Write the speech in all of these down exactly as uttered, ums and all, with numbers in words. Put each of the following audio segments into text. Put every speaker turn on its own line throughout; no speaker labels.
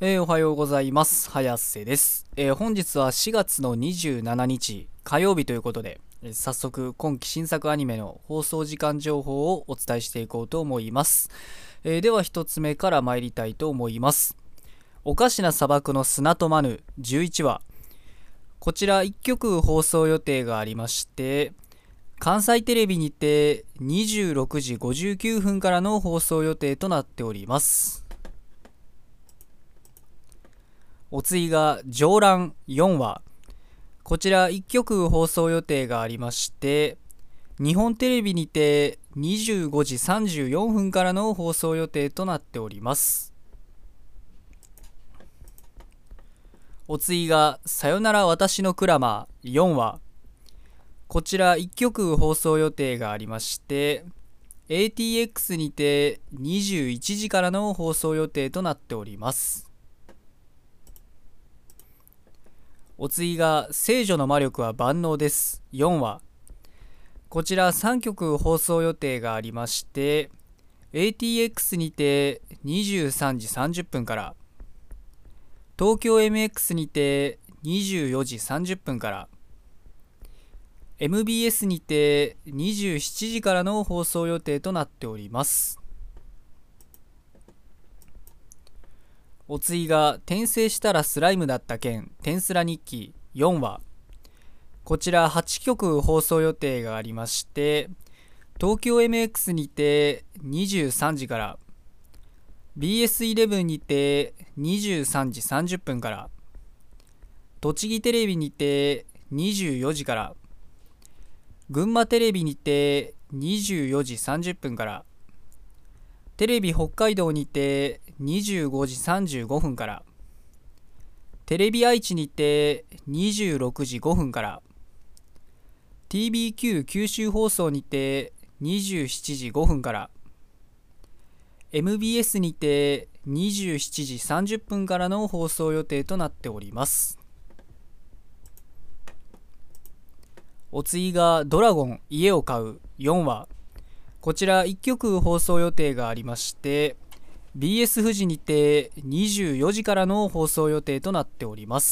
えーおはようございます。早瀬です。えー本日はしがつのにじゅうしちにち火曜日ということで、えー早速今期新作アニメの放送時間情報をお伝えしていこうと思います。えーでは一つ目から参りたいと思います。おかしな砂漠の砂とマヌじゅういちわ。こちらいっきょく放送予定がありまして、関西テレビにてにじゅうろくじごじゅうきゅうふんからの放送予定となっております。お次が上覧よんわ。こちらいっきょく放送予定がありまして、日本テレビにてにじゅうごじさんじゅうよんふんからの放送予定となっております。お次がさよなら私のクラマーよんわ。こちらいっきょく放送予定がありまして、エーティーエックス にてにじゅういちじからの放送予定となっております。お次が聖女の魔力は万能ですよんわ。こちらさんきょく放送予定がありまして、エーティーエックス にてにじゅうさんじさんじゅっぷんから、東京 エムエックス にてにじゅうよじさんじゅっぷんから、エムビーエス にてにじゅうしちじからの放送予定となっております。お次が転生したらスライムだった件転スラ日記よんわ。こちらはちきょく放送予定がありまして、東京 エムエックス にてにじゅうさんじから、 ビーエスイレブン にてにじゅうさんじさんじゅっぷんから、栃木テレビにてにじゅうよじから、群馬テレビにてにじゅうよじさんじゅっぷんから、テレビ北海道にてにじゅうごじさんじゅうごふんから、テレビ愛知にてにじゅうろくじごふんから、ティービーキュー 九州放送にてにじゅうしちじごふんから、エムビーエス にてにじゅうしちじさんじゅっぷんからの放送予定となっております。お次がドラゴン家を買うよんわ。こちらいっきょく放送予定がありまして、 ビーエス 富士にてにじゅうよじからの放送予定となっております。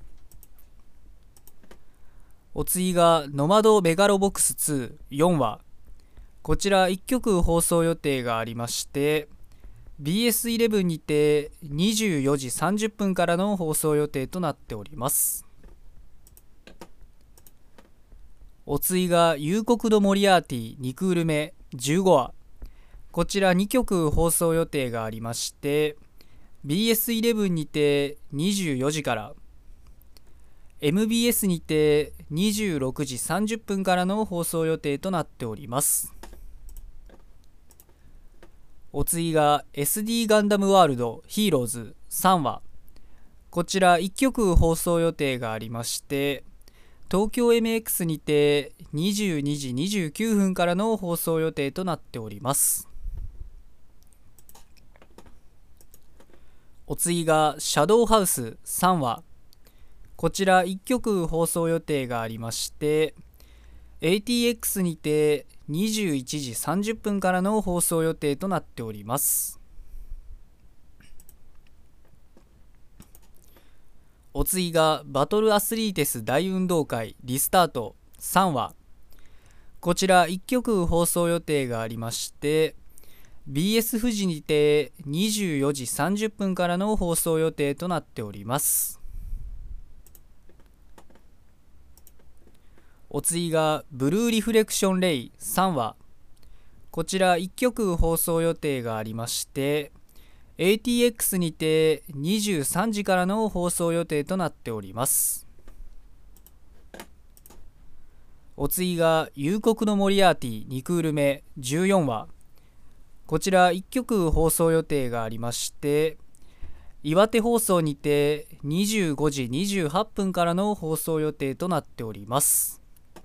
お次がノマドメガロボックスツーよんわ。こちらいっきょく放送予定がありまして、 ビーエスイレブン にてにじゅうよじさんじゅっぷんからの放送予定となっております。お次が夕刻のモリアーティにクール目じゅうごわ。こちらにきょく放送予定がありまして、 ビーエスイレブン にてにじゅうよじから、 エムビーエス にてにじゅうろくじさんじゅっぷんからの放送予定となっております。お次が エスディー ガンダムワールドヒーローズさんわ。こちらいっきょく放送予定がありまして、東京 エムエックス にてにじゅうにじにじゅうきゅうふんからの放送予定となっております。お次がシャドウハウスさんわ。こちらいっきょく放送予定がありまして、 エーティーエックス にてにじゅういちじさんじゅっぷんからの放送予定となっております。お次がバトルアスリーテス大運動会リスタートさんわ。こちらいっきょく放送予定がありまして、 ビーエス 富士にてにじゅうよじさんじゅっぷんからの放送予定となっております。お次がブルーリフレクションレイさんわ。こちらいっきょく放送予定がありまして、エーティーエックス にてにじゅうさんじからの放送予定となっております。お次が夕刻のモリアーティにクール目じゅうよんわ。こちらいっきょく放送予定がありまして、岩手放送にてにじゅうごじにじゅうはっぷんからの放送予定となっております。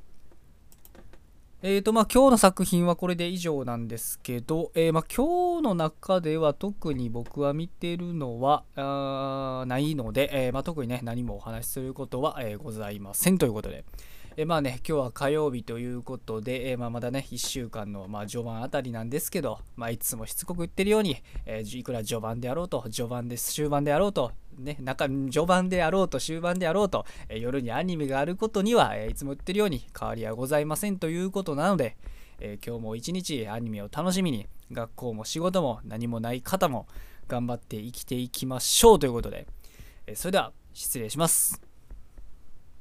えーとまあ、今日の作品はこれで以上なんですけど、えーまあ、今日の中では特に僕は見てるのはあないので、えーまあ、特にね何もお話しすることは、えーございませんということで、 えまあね、今日は火曜日ということで、えまあ、まだね、いっしゅうかんの、まあ、序盤あたりなんですけど、まあ、いつもしつこく言ってるように、えーいくら序盤であろうと、序盤で終盤であろうと、ね、中序盤であろうと終盤であろうと、えー夜にアニメがあることには、えーいつも言ってるように変わりはございませんということなので、えー今日も一日アニメを楽しみに、学校も仕事も何もない方も頑張って生きていきましょうということで、えーそれでは失礼します。